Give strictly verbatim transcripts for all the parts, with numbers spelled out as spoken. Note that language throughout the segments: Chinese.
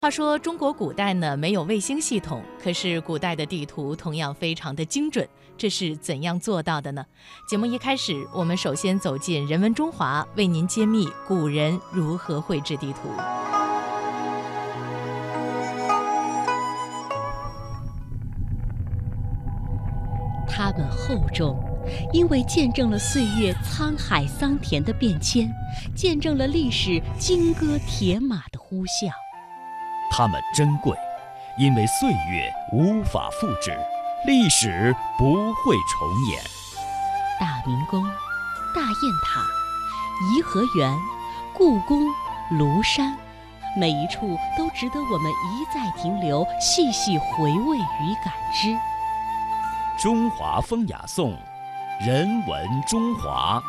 话说中国古代呢没有卫星系统，可是古代的地图同样非常的精准，这是怎样做到的呢？节目一开始，我们首先走进人文中华，为您揭秘古人如何绘制地图。 它们厚重，因为见证了岁月沧海桑田的变迁，见证了历史金戈铁马的呼啸。 它们珍贵，因为岁月无法复制，历史不会重演。 大明宫、大雁塔、颐和园、故宫、庐山，每一处都值得我们一再停留，细细回味与感知。 中华风雅颂，人文中华。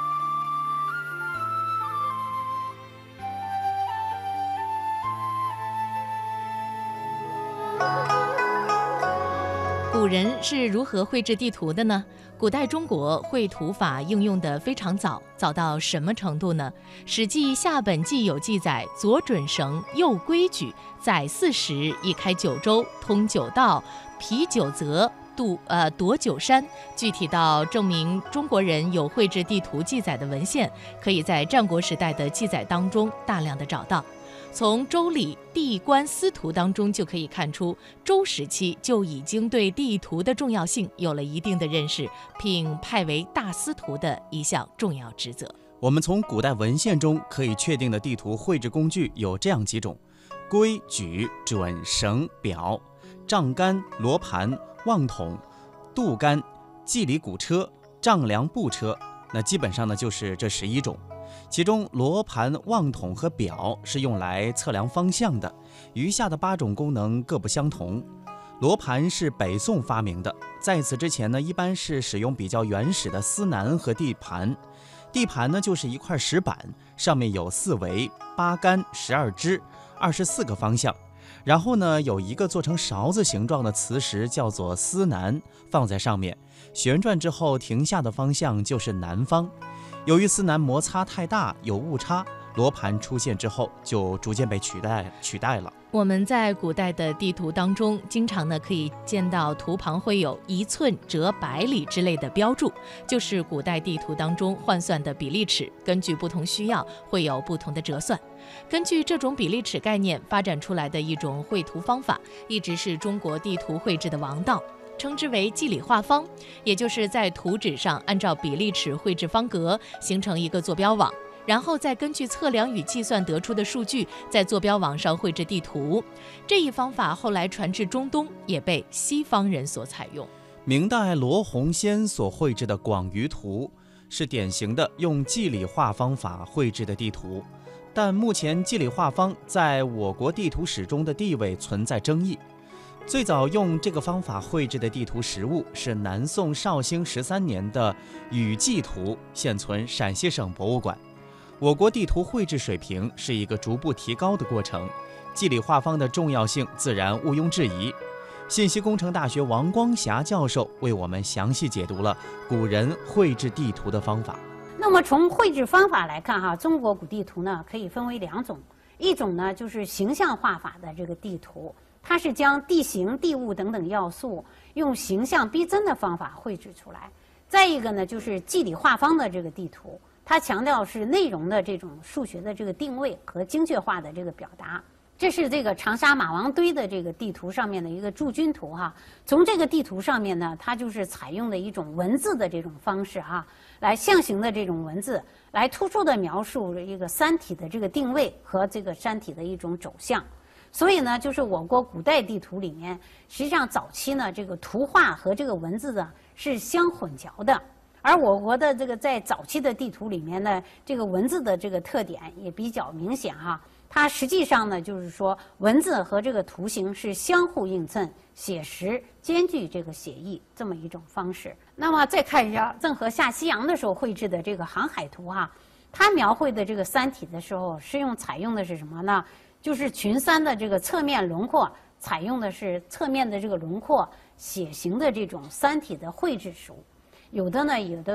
古人是如何绘制地图的呢？古代中国绘图法应用得非常早，早到什么程度呢？《史记·夏本纪》有记载：左准绳，右规矩，载四时，以开九州，通九道，辟九泽，度呃夺九山。具体到证明中国人有绘制地图记载的文献，可以在战国时代的记载当中大量的找到。从周礼地官司图当中就可以看出，周时期就已经对地图的重要性有了一定的认识，并派为大司徒的一项重要职责。 我们从古代文献中可以确定的地图绘制工具有这样几种：规、矩、准、绳、表、丈杆、罗盘、望筒、度杆、计里鼓车、丈量步车。那基本上呢就是这十一种。其中罗盘、望筒和表是用来测量方向的，余下的八种功能各不相同。罗盘是北宋发明的，在此之前呢，一般是使用比较原始的司南和地盘。地盘呢就是一块石板，上面有四围、八杆、十二支、二十四个方向。然后呢，有一个做成勺子形状的磁石，叫做司南，放在上面，旋转之后停下的方向就是南方。由于司南摩擦太大，有误差，罗盘出现之后就逐渐被取代取代了。 我们在古代的地图当中，经常呢可以见到图旁会有一寸折百里之类的标注，就是古代地图当中换算的比例尺，根据不同需要会有不同的折算。根据这种比例尺概念发展出来的一种绘图方法，一直是中国地图绘制的王道，称之为计里画方，也就是在图纸上按照比例尺绘制方格，形成一个坐标网，然后再根据测量与计算得出的数据，在坐标网上绘制地图。这一方法后来传至中东，也被西方人所采用。 明代罗洪先所绘制的《广舆图》是典型的用计里画方法绘制的地图，但目前计里画方在我国地图史中的地位存在争议。最早用这个方法绘制的地图实物是南宋绍兴十三年的《禹记图》，现存陕西省博物馆。我国地图绘制水平是一个逐步提高的过程，计里画方的重要性自然毋庸置疑。信息工程大学王光霞教授为我们详细解读了古人绘制地图的方法。 那么从绘制方法来看哈，中国古地图呢可以分为两种，一种呢就是形象画法的这个地图，它是将地形、地物等等要素用形象逼真的方法绘制出来。再一个呢就是计里画方的这个地图，它强调是内容的这种数学的这个定位和精确化的这个表达。这是这个长沙马王堆的这个地图上面的一个驻军图哈。从这个地图上面呢，它就是采用的一种文字的这种方式哈，来象形的这种文字，来突出的描述一个山体的这个定位和这个山体的一种走向。所以呢，就是我国古代地图里面，实际上早期呢，这个图画和这个文字呢是相混淆的。而我国的这个在早期的地图里面呢，这个文字的这个特点也比较明显哈。它实际上呢，就是说文字和这个图形是相互映衬、写实兼具这个写意这么一种方式。那么再看一下郑和下西洋的时候绘制的这个航海图哈，它描绘的这个山体的时候是用采用的是什么呢？就是群山的这个侧面轮廓，采用的是侧面的这个轮廓写形的这种山体的绘制术。有的呢，有的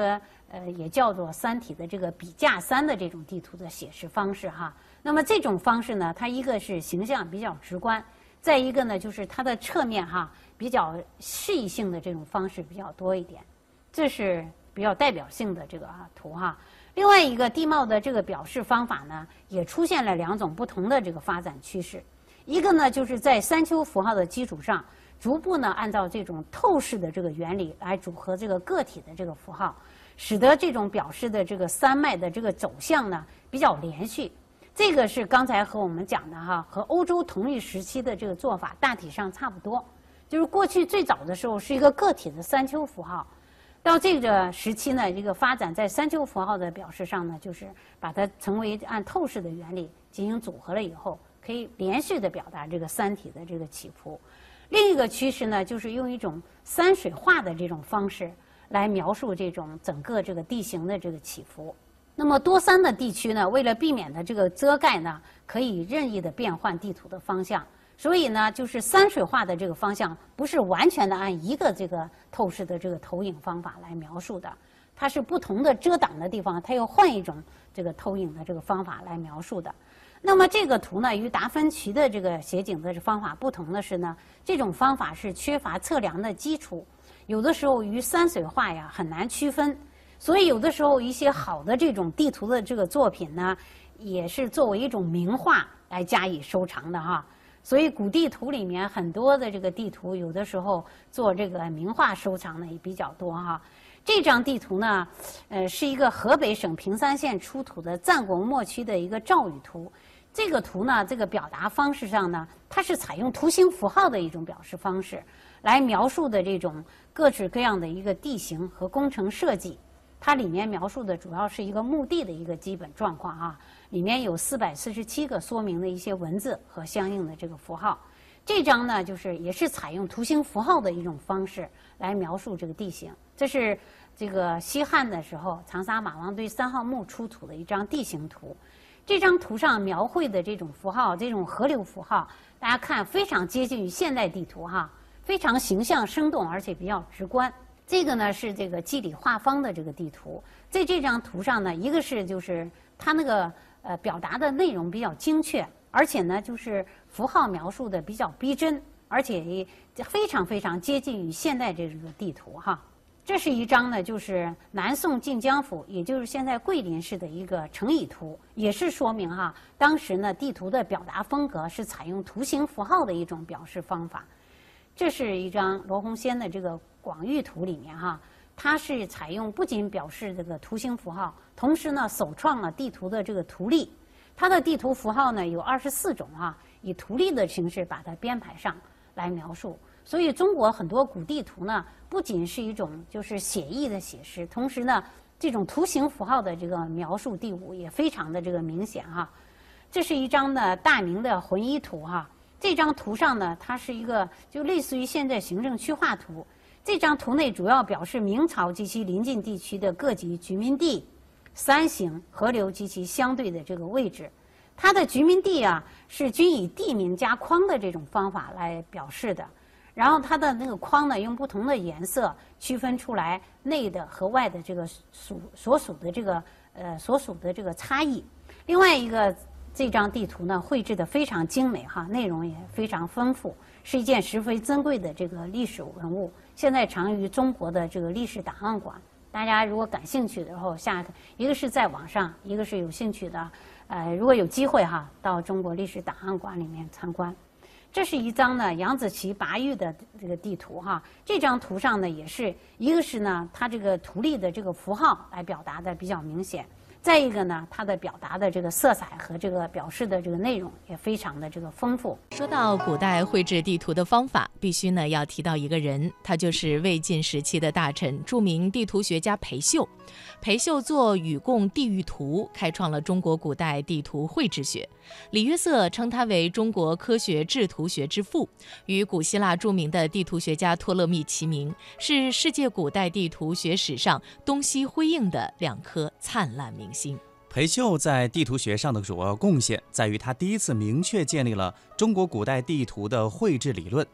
呃，也叫做三体的这个比价三的这种地图的写实方式哈。那么这种方式呢，它一个是形象比较直观，再一个呢就是它的侧面哈比较示意性的这种方式比较多一点，这是比较代表性的这个啊图哈。另外一个地貌的这个表示方法呢，也出现了两种不同的这个发展趋势。一个呢，就是在山丘符号的基础上，逐步呢按照这种透视的这个原理来组合这个个体的这个符号，使得这种表示的这个山脉的这个走向呢比较连续。这个是刚才和我们讲的哈，和欧洲同一时期的这个做法大体上差不多。就是过去最早的时候是一个个体的山丘符号，到这个时期呢，这个发展在山丘符号的表示上呢，就是把它成为按透视的原理进行组合了以后，可以连续的表达这个山体的这个起伏。另一个趋势呢，就是用一种山水画的这种方式来描述这种整个这个地形的这个起伏。那么多山的地区呢，为了避免的这个遮盖呢，可以任意的变换地图的方向。所以呢，就是山水画的这个方向不是完全的按一个这个透视的这个投影方法来描述的，它是不同的遮挡的地方，它又换一种这个投影的这个方法来描述的。那么这个图呢，与达芬奇的这个写景的方法不同的是呢，这种方法是缺乏测量的基础，有的时候与山水画呀很难区分，所以有的时候一些好的这种地图的这个作品呢，也是作为一种名画来加以收藏的哈。所以古地图里面很多的这个地图，有的时候做这个名画收藏的也比较多哈。这张地图呢，呃，是一个河北省平山县出土的战国末期的一个赵语图。这个图呢，这个表达方式上呢，它是采用图形符号的一种表示方式，来描述的这种各式各样的一个地形和工程设计。它里面描述的主要是一个墓地的一个基本状况啊，里面有四百四十七个说明的一些文字和相应的这个符号。这张呢，就是也是采用图形符号的一种方式来描述这个地形。这是这个西汉的时候长沙马王堆三号墓出土的一张地形图。这张图上描绘的这种符号，这种河流符号，大家看非常接近于现代地图哈，非常形象生动，而且比较直观。这个呢是这个季礼画方的这个地图，在这张图上呢，一个是就是它那个呃表达的内容比较精确，而且呢就是符号描述的比较逼真，而且也非常非常接近于现代这个地图哈。这是一张呢，就是南宋晋江府，也就是现在桂林市的一个成乙图，也是说明哈，当时呢地图的表达风格是采用图形符号的一种表示方法。这是一张罗洪先的这个广域图里面哈，它是采用不仅表示这个图形符号，同时呢首创了地图的这个图例。它的地图符号呢有二十四种哈，以图例的形式把它编排上来描述。所以中国很多古地图呢，不仅是一种就是写意的写实，同时呢这种图形符号的这个描述地物也非常的这个明显哈。这是一张呢大明的浑仪图哈。这张图上呢，它是一个就类似于现在行政区划图。这张图内主要表示明朝及其邻近地区的各级居民地、山形、河流及其相对的这个位置。它的居民地啊，是均以地名加框的这种方法来表示的。然后它的那个框呢，用不同的颜色区分出来内的和外的这个属所属的这个呃所属的这个差异。另外一个。这张地图呢，绘制的非常精美哈，内容也非常丰富，是一件十分珍贵的这个历史文物，现在藏于中国的这个历史档案馆。大家如果感兴趣的时候，下一个是在网上，一个是有兴趣的，呃，如果有机会哈，到中国历史档案馆里面参观。这是一张呢杨子祺拔玉的这个地图哈，这张图上呢也是一个是呢它这个图例的这个符号来表达的比较明显。再一个呢，它的表达的这个色彩和这个表示的这个内容也非常的这个丰富。 说到古代绘制地图的方法，必须呢要提到一个人，他就是魏晋时期的大臣、著名地图学家裴秀。裴秀作《禹贡地域图》，开创了中国古代地图绘制学。李约瑟称他为中国科学制图学之父，与古希腊著名的地图学家托勒密齐名，是世界古代地图学史上东西辉映的两颗灿烂明星。 裴秀在地图学上的主要贡献在于他第一次明确建立了中国古代地图的绘制理论。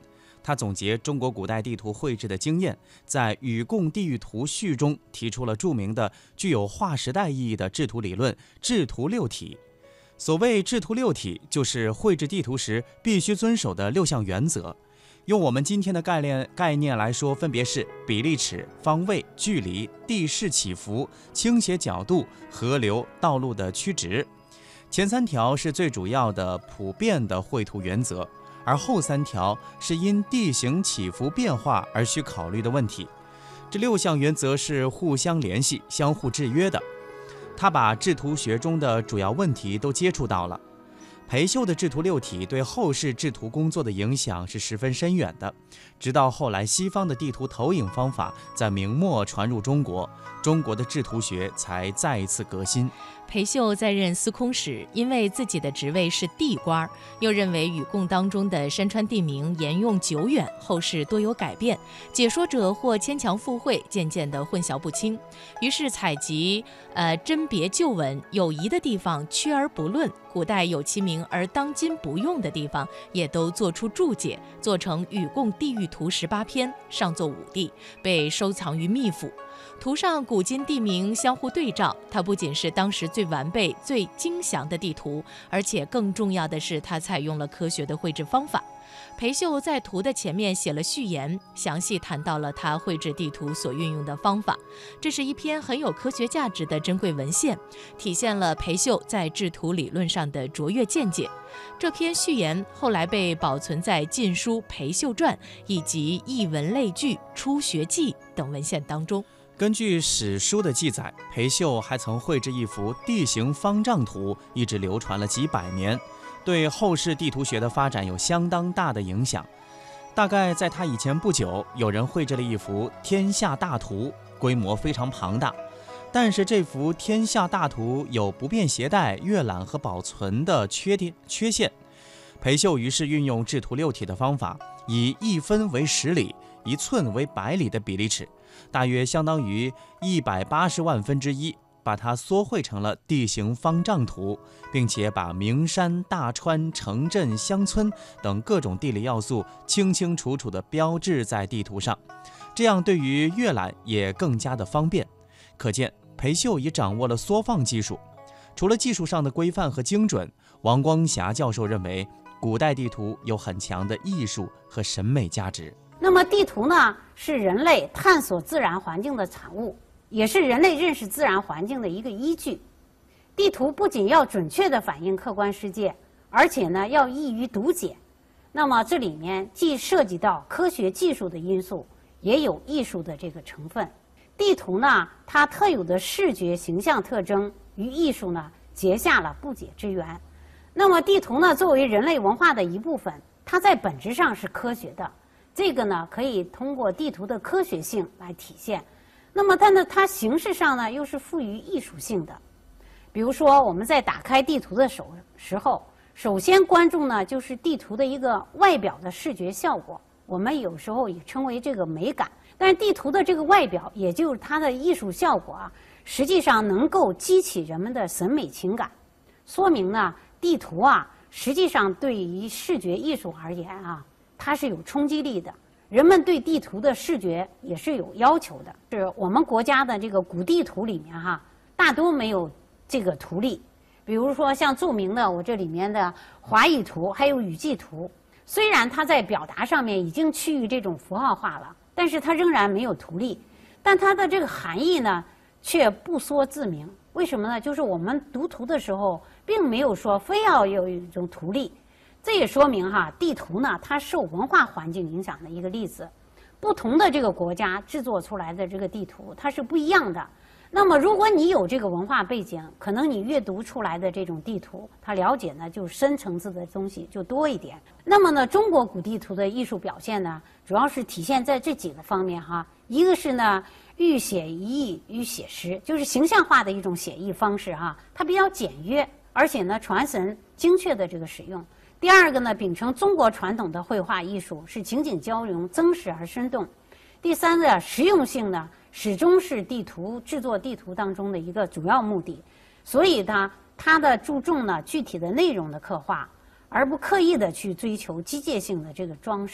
他总结中国古代地图绘制的经验，在《禹贡地域图序》中提出了著名的具有划时代意义的制图理论——制图六体。所谓制图六体，就是绘制地图时必须遵守的六项原则。用我们今天的概念概念来说，分别是比例尺、方位、距离、地势起伏、倾斜角度、河流、道路的曲直。前三条是最主要的、普遍的绘图原则，而后三条是因地形起伏变化而需考虑的问题。这六项原则是互相联系、相互制约的。他把制图学中的主要问题都接触到了。裴秀的制图六体对后世制图工作的影响是十分深远的。直到后来西方的地图投影方法在明末传入中国，中国的制图学才再一次革新。 裴秀在任司空时，因为自己的职位是地官，又认为禹贡当中的山川地名沿用久远，后世多有改变，解说者或牵强附会，渐渐地混淆不清。于是采集呃甄别旧文，有疑的地方缺而不论，古代有其名而当今不用的地方，也都做出注解，做成《禹贡地域图》十八篇，上作五帝，被收藏于秘府。图上古今地名相互对照，它不仅是当时最完备、最精详的地图，而且更重要的是，它采用了科学的绘制方法。裴秀在图的前面写了序言，详细谈到了他绘制地图所运用的方法。这是一篇很有科学价值的珍贵文献，体现了裴秀在制图理论上的卓越见解。这篇序言后来被保存在《晋书·裴秀传》以及《艺文类聚》《初学记》等文献当中。 根据史书的记载，裴秀还曾绘制一幅地形方丈图，一直流传了几百年，对后世地图学的发展有相当大的影响。大概在他以前不久，有人绘制了一幅天下大图，规模非常庞大。但是这幅天下大图有不便携带、阅览和保存的缺点缺陷。裴秀于是运用制图六体的方法，以一分为十里，一寸为百里的比例尺，大约相当于一百八十万分之一，把它缩绘成了地形方丈图，并且把名山、大川、城镇、乡村等各种地理要素清清楚楚地标志在地图上，这样对于阅览也更加的方便。可见裴秀已掌握了缩放技术。除了技术上的规范和精准，王光霞教授认为古代地图有很强的艺术和审美价值。 那么地图呢，是人类探索自然环境的产物，也是人类认识自然环境的一个依据。地图不仅要准确地反映客观世界，而且呢要易于读解。那么这里面既涉及到科学技术的因素，也有艺术的这个成分。地图呢，它特有的视觉形象特征与艺术呢结下了不解之缘。那么地图呢，作为人类文化的一部分，它在本质上是科学的。这个呢，可以通过地图的科学性来体现。那么，但呢，它形式上呢，又是赋予艺术性的。比如说，我们在打开地图的时时候，首先关注呢，就是地图的一个外表的视觉效果，我们有时候也称为这个美感。但是，地图的这个外表，也就是它的艺术效果啊，实际上能够激起人们的审美情感，说明呢，地图啊，实际上对于视觉艺术而言啊，它是有冲击力的。人们对地图的视觉也是有要求的。是我们国家的这个古地图里面哈，大多没有这个图例。比如说像著名的我这里面的华裔图，还有雨季图，虽然它在表达上面已经趋于这种符号化了，但是它仍然没有图例。但它的这个含义呢，却不说自明。为什么呢？就是我们读图的时候，并没有说非要有一种图例。这也说明哈，地图呢，它受文化环境影响的一个例子。不同的这个国家制作出来的这个地图，它是不一样的。那么，如果你有这个文化背景，可能你阅读出来的这种地图，它了解呢就深层次的东西就多一点。那么呢，中国古地图的艺术表现呢，主要是体现在这几个方面哈。一个是呢，寓写意与写实，就是形象化的一种写意方式哈，它比较简约，而且呢传神精确的这个使用。第二个呢，秉承中国传统的绘画艺术，是情景交融，真实而生动。第三个，实用性呢，始终是地图制作地图当中的一个主要目的。所以呢，它的注重呢具体的内容的刻画，而不刻意的去追求机械性的这个装饰。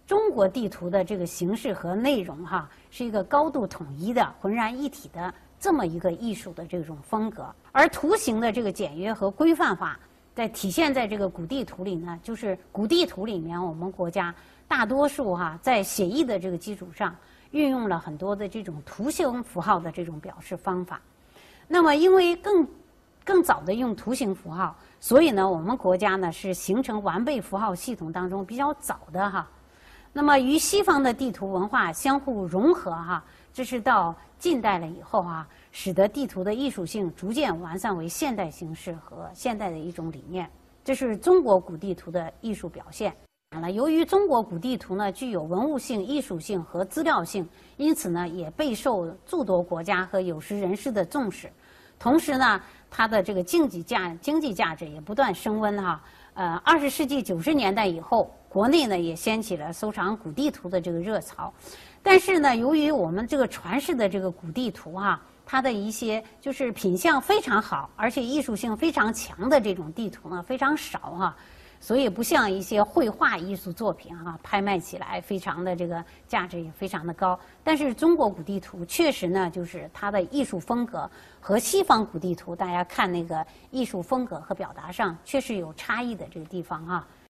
中国地图的这个形式和内容哈，是一个高度统一的、浑然一体的这么一个艺术的这种风格。而图形的这个简约和规范化，在体现在这个古地图里呢，就是古地图里面我们国家大多数哈，在写意的这个基础上，运用了很多的这种图形符号的这种表示方法。那么，因为更更早的用图形符号，所以呢，我们国家呢是形成完备符号系统当中比较早的哈。那么与西方的地图文化相互融合哈，这是到近代了以后哈，使得地图的艺术性逐渐完善为现代形式和现代的一种理念。这是中国古地图的艺术表现。由于中国古地图呢具有文物性、艺术性和资料性，因此呢也备受诸多国家和有识人士的重视。同时呢，它的这个经济价经济价值也不断升温哈。呃，二十世纪九十年代以后，国内呢也掀起了收藏古地图的这个热潮。但是呢，由于我们这个传世的这个古地图哈、啊，它的一些就是品相非常好，而且艺术性非常强的这种地图呢非常少哈、啊。所以不像一些绘画艺术作品哈、啊，拍卖起来非常的这个价值也非常的高。但是中国古地图确实呢，就是它的艺术风格和西方古地图，大家看那个艺术风格和表达上确实有差异的这个地方哈、啊。